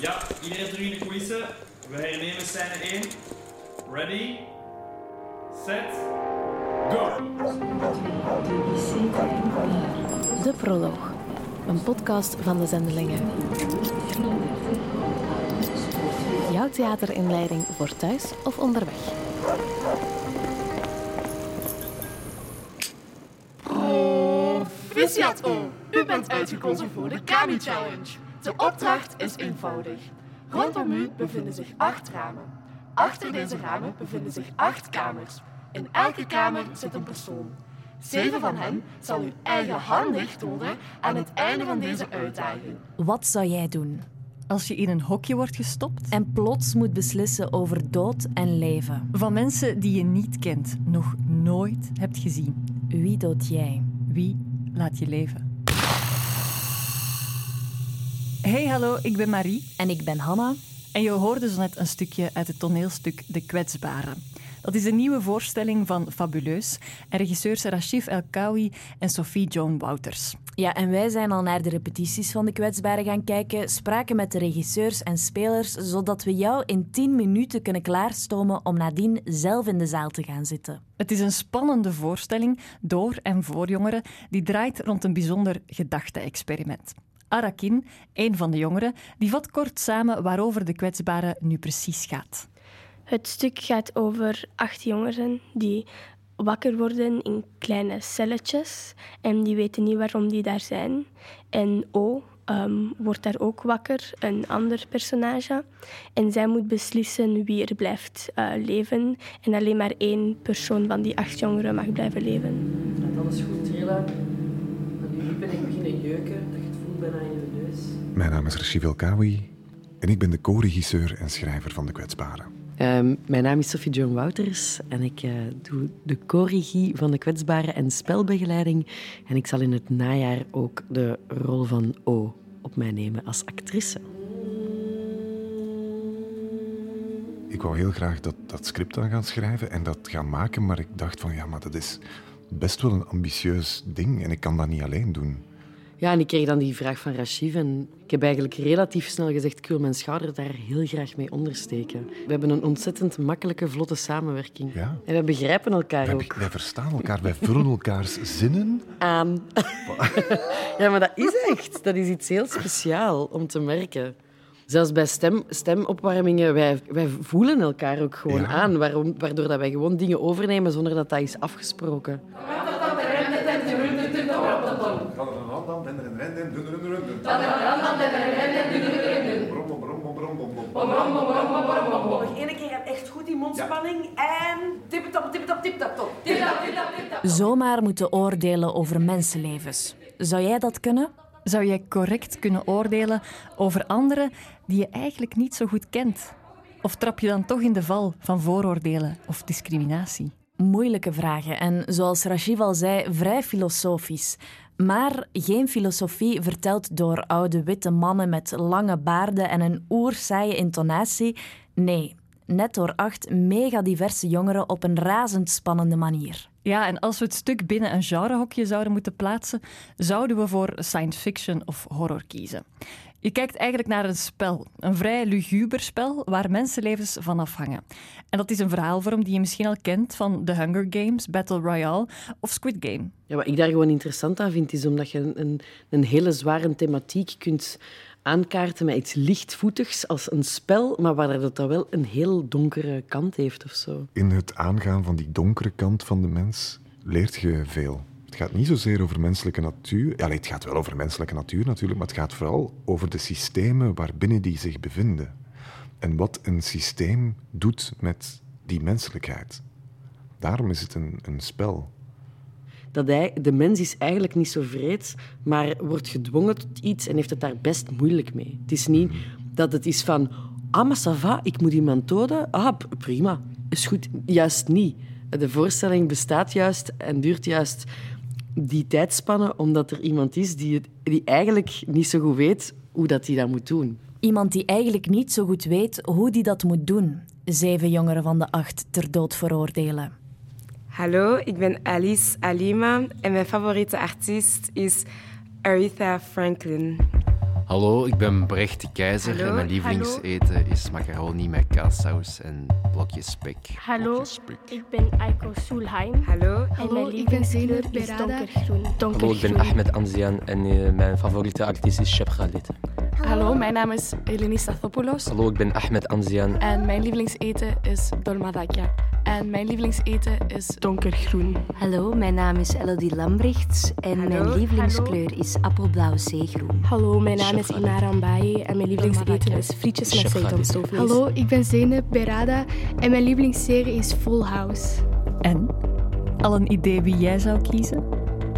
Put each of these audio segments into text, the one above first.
Ja, iedereen terug in de coulissen. We hernemen scène 1. Ready, set, go! De Proloog, een podcast van de Zendelingen. Jouw theaterinleiding voor thuis of onderweg. Proficiat O! U bent uitgekozen voor de Kami Challenge. De opdracht is eenvoudig. Rondom u bevinden zich 8 ramen. Achter deze ramen bevinden zich 8 kamers. In elke kamer zit een persoon. 7 van hen zal u eigenhandig tonen aan het einde van deze uitdaging. Wat zou jij doen? Als je in een hokje wordt gestopt? En plots moet beslissen over dood en leven. Van mensen die je niet kent, nog nooit hebt gezien. Wie dood jij? Wie laat je leven? Hey, hallo, ik ben Marie. En ik ben Hanna. En je hoorde zo net een stukje uit het toneelstuk De Kwetsbare. Dat is een nieuwe voorstelling van Fabuleus en regisseurs Rachif El-Khaoui en Sophie Joan Wouters. Ja, en wij zijn al naar de repetities van De Kwetsbare gaan kijken, spraken met de regisseurs en spelers, zodat we jou in 10 minuten kunnen klaarstomen om nadien zelf in de zaal te gaan zitten. Het is een spannende voorstelling door en voor jongeren die draait rond een bijzonder gedachte-experiment. Arakin, een van de jongeren, die vat kort samen waarover De Kwetsbare nu precies gaat. Het stuk gaat over 8 jongeren die wakker worden in kleine celletjes en die weten niet waarom die daar zijn. En O wordt daar ook wakker, een ander personage. En zij moet beslissen wie er blijft leven. En alleen maar 1 persoon van die 8 jongeren mag blijven leven. Laat alles goed trillen. Dat je lippen echt beginnen jeuken, dat je het voelt bijna in je neus. Mijn naam is Rachif El-Khaoui en ik ben de co-regisseur en schrijver van De Kwetsbare. Mijn naam is Sophie Joan Wouters en ik doe de co-regie van De Kwetsbare en spelbegeleiding. En ik zal in het najaar ook de rol van O op mij nemen als actrice. Ik wou heel graag dat script aan gaan schrijven en dat gaan maken, maar ik dacht van ja, maar dat is best wel een ambitieus ding en ik kan dat niet alleen doen. Ja, en ik kreeg dan die vraag van Rachif en ik heb eigenlijk relatief snel gezegd, ik wil mijn schouder daar heel graag mee ondersteken. We hebben een ontzettend makkelijke, vlotte samenwerking. Ja. En we begrijpen elkaar ook. Wij verstaan elkaar, wij vullen elkaars zinnen Aan. Ja, maar dat is echt. Dat is iets heel speciaals om te merken. Zelfs bij stemopwarmingen, wij voelen elkaar ook gewoon aan, waardoor dat wij gewoon dingen overnemen zonder dat is afgesproken. Nog 1 keer echt goed die mondspanning en tip-top, tip-top, tip-top. Zomaar moeten oordelen over mensenlevens. Zou jij dat kunnen? Zou jij correct kunnen oordelen over anderen die je eigenlijk niet zo goed kent? Of trap je dan toch in de val van vooroordelen of discriminatie? Moeilijke vragen en, zoals Rachif al zei, vrij filosofisch. Maar geen filosofie verteld door oude witte mannen met lange baarden en een oersaaie intonatie. Nee, net door 8 mega diverse jongeren op een razendspannende manier. Ja, en als we het stuk binnen een genrehokje zouden moeten plaatsen, zouden we voor science fiction of horror kiezen. Je kijkt eigenlijk naar een spel, een vrij luguber spel waar mensenlevens van afhangen. En dat is een verhaalvorm die je misschien al kent van The Hunger Games, Battle Royale of Squid Game. Ja, wat ik daar gewoon interessant aan vind, is omdat je een hele zware thematiek kunt aankaarten met iets lichtvoetigs als een spel, maar waar dat dan wel een heel donkere kant heeft of zo. In het aangaan van die donkere kant van de mens leert je veel. Het gaat niet zozeer over menselijke natuur. Ja, het gaat wel over menselijke natuur natuurlijk, maar het gaat vooral over de systemen waarbinnen die zich bevinden. En wat een systeem doet met die menselijkheid. Daarom is het een spel. De mens is eigenlijk niet zo wreed, maar wordt gedwongen tot iets en heeft het daar best moeilijk mee. Het is niet dat het is van, maar ça va, ik moet iemand doden. Prima, is goed. Juist niet. De voorstelling bestaat juist en duurt juist die tijdspanne, omdat er iemand is die eigenlijk niet zo goed weet hoe hij dat moet doen. Iemand die eigenlijk niet zo goed weet hoe die dat moet doen. 7 jongeren van de 8 ter dood veroordelen. Hallo, ik ben Alice Alima en mijn favoriete artiest is Aretha Franklin. Hallo, ik ben Brecht de Keizer Hallo, en mijn lievelingseten is macaroni met kaassaus en blokjes spek. Hallo, ik ben Aiko Soelheim. Hallo. En mijn lievelingskleur is donkergroen. Hallo, ik ben Ahmed Anzian en mijn favoriete artiest is Chef Khalid. Hallo, mijn naam is Elenis Stathopoulos. Hallo, ik ben Ahmed Anzian. En mijn lievelingseten is dolmadakia. En mijn lievelingseten is donkergroen. Hallo, mijn naam is Elodie Lambrechts en mijn lievelingskleur is appelblauw zeegroen. Hallo, mijn naam is Inara Ambaye en mijn lievelingseten is frietjes met seitanstoofvlees. Hallo, ik ben Zeynep Berada en mijn lievelingsserie is Full House. En? Al een idee wie jij zou kiezen?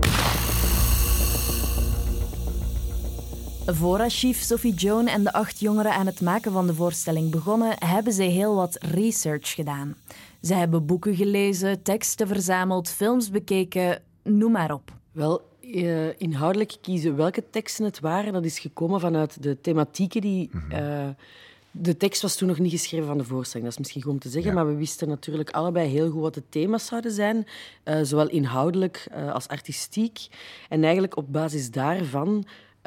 Voordat Chief Sophie Joan en de 8 jongeren aan het maken van de voorstelling begonnen, hebben ze heel wat research gedaan. Ze hebben boeken gelezen, teksten verzameld, films bekeken, noem maar op. Wel, inhoudelijk kiezen welke teksten het waren, dat is gekomen vanuit de thematieken die... De tekst was toen nog niet geschreven van de voorstelling, dat is misschien goed om te zeggen, maar we wisten natuurlijk allebei heel goed wat de thema's zouden zijn, zowel inhoudelijk als artistiek. En eigenlijk op basis daarvan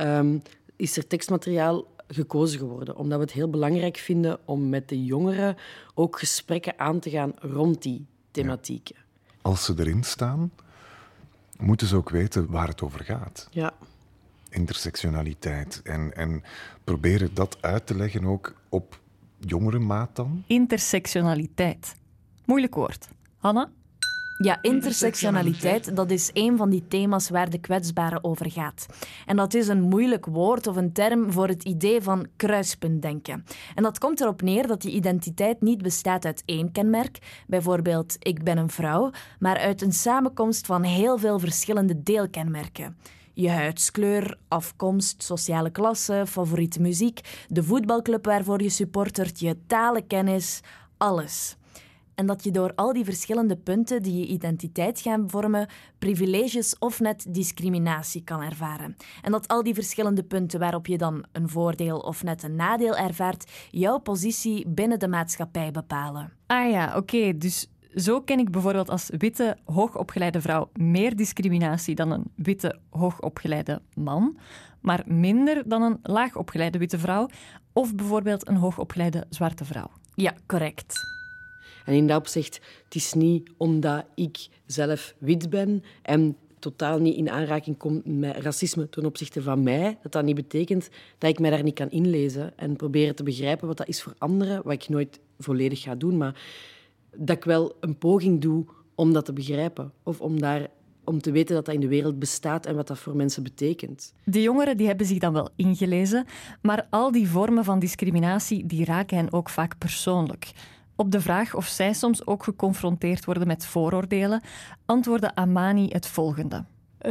is er tekstmateriaal gekozen geworden, omdat we het heel belangrijk vinden om met de jongeren ook gesprekken aan te gaan rond die thematieken. Ja. Als ze erin staan, moeten ze ook weten waar het over gaat. Ja. Intersectionaliteit. En proberen dat uit te leggen ook op jongerenmaat dan. Intersectionaliteit. Moeilijk woord. Hanna? Ja, intersectionaliteit, dat is een van die thema's waar de kwetsbare over gaat. En dat is een moeilijk woord of een term voor het idee van kruispuntdenken. En dat komt erop neer dat die identiteit niet bestaat uit één kenmerk, bijvoorbeeld ik ben een vrouw, maar uit een samenkomst van heel veel verschillende deelkenmerken. Je huidskleur, afkomst, sociale klasse, favoriete muziek, de voetbalclub waarvoor je supportert, je talenkennis, alles. En dat je door al die verschillende punten die je identiteit gaan vormen, privileges of net discriminatie kan ervaren. En dat al die verschillende punten waarop je dan een voordeel of net een nadeel ervaart, jouw positie binnen de maatschappij bepalen. Ah ja, oké. Dus zo ken ik bijvoorbeeld als witte, hoogopgeleide vrouw meer discriminatie dan een witte, hoogopgeleide man, maar minder dan een laagopgeleide witte vrouw of bijvoorbeeld een hoogopgeleide zwarte vrouw. Ja, correct. En in dat opzicht, het is niet omdat ik zelf wit ben en totaal niet in aanraking kom met racisme ten opzichte van mij, dat niet betekent dat ik mij daar niet kan inlezen en proberen te begrijpen wat dat is voor anderen, wat ik nooit volledig ga doen, maar dat ik wel een poging doe om dat te begrijpen of om te weten dat dat in de wereld bestaat en wat dat voor mensen betekent. De jongeren die hebben zich dan wel ingelezen, maar al die vormen van discriminatie die raken hen ook vaak persoonlijk. Op de vraag of zij soms ook geconfronteerd worden met vooroordelen, antwoordde Amani het volgende.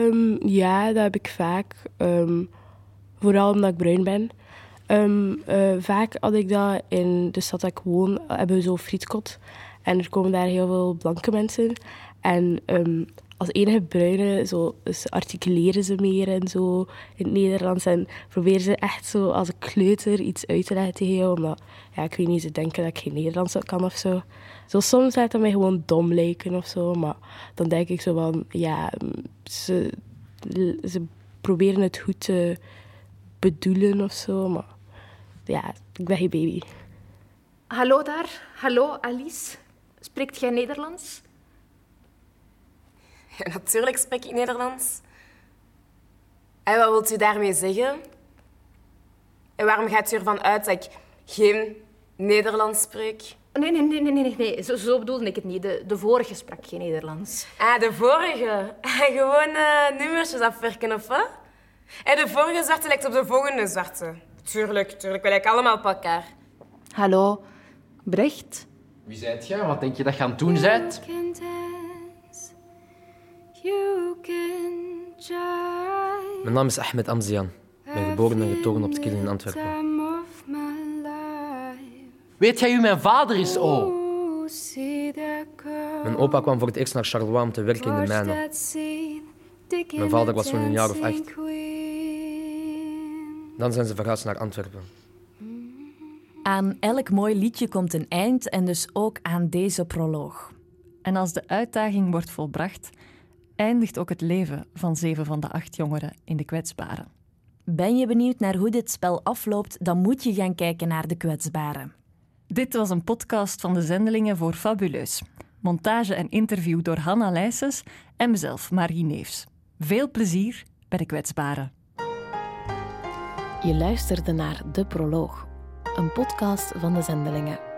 Ja, dat heb ik vaak. Vooral omdat ik bruin ben. Vaak had ik dat in de stad dat ik woon, hebben we zo'n frietkot. En er komen daar heel veel blanke mensen. En als enige bruine dus articuleren ze meer en zo in het Nederlands. En proberen ze echt zo als een kleuter iets uit te leggen tegen jou. Omdat, ja, ik weet niet, ze denken dat ik geen Nederlands kan of zo. Zo soms laat dat mij gewoon dom lijken of zo. Maar dan denk ik zo van, ja, ze proberen het goed te bedoelen of zo. Maar ja, ik ben geen baby. Hallo daar. Hallo Alice. Spreekt jij Nederlands? Ja, natuurlijk spreek ik Nederlands. En wat wilt u daarmee zeggen? En waarom gaat u ervan uit dat ik geen Nederlands spreek? Nee. Zo bedoelde ik het niet. De vorige sprak geen Nederlands. Ah, de vorige? Gewoon nummertjes afwerken, of wat? En de vorige zwarte lijkt op de volgende zwarte. Tuurlijk. We lijken allemaal op elkaar. Hallo, Brecht? Wie zijt jij? Wat denk je dat je aan het doen bent? Mijn naam is Ahmed Anzian. Ik ben geboren en getogen op Skillen in Antwerpen. Weet jij wie mijn vader is, oh? Mijn opa kwam voor het eerst naar Charleroi om te werken in de mijnen. Mijn vader was zo'n een jaar of 8. Dan zijn ze verhuisd naar Antwerpen. Aan elk mooi liedje komt een eind en dus ook aan deze proloog. En als de uitdaging wordt volbracht, eindigt ook het leven van 7 van de 8 jongeren in de kwetsbare. Ben je benieuwd naar hoe dit spel afloopt, dan moet je gaan kijken naar De Kwetsbaren. Dit was een podcast van de Zendelingen voor Fabuleus. Montage en interview door Hanna Leijsens en mezelf, Marie Neefs. Veel plezier bij De Kwetsbaren. Je luisterde naar De Proloog, een podcast van de Zendelingen.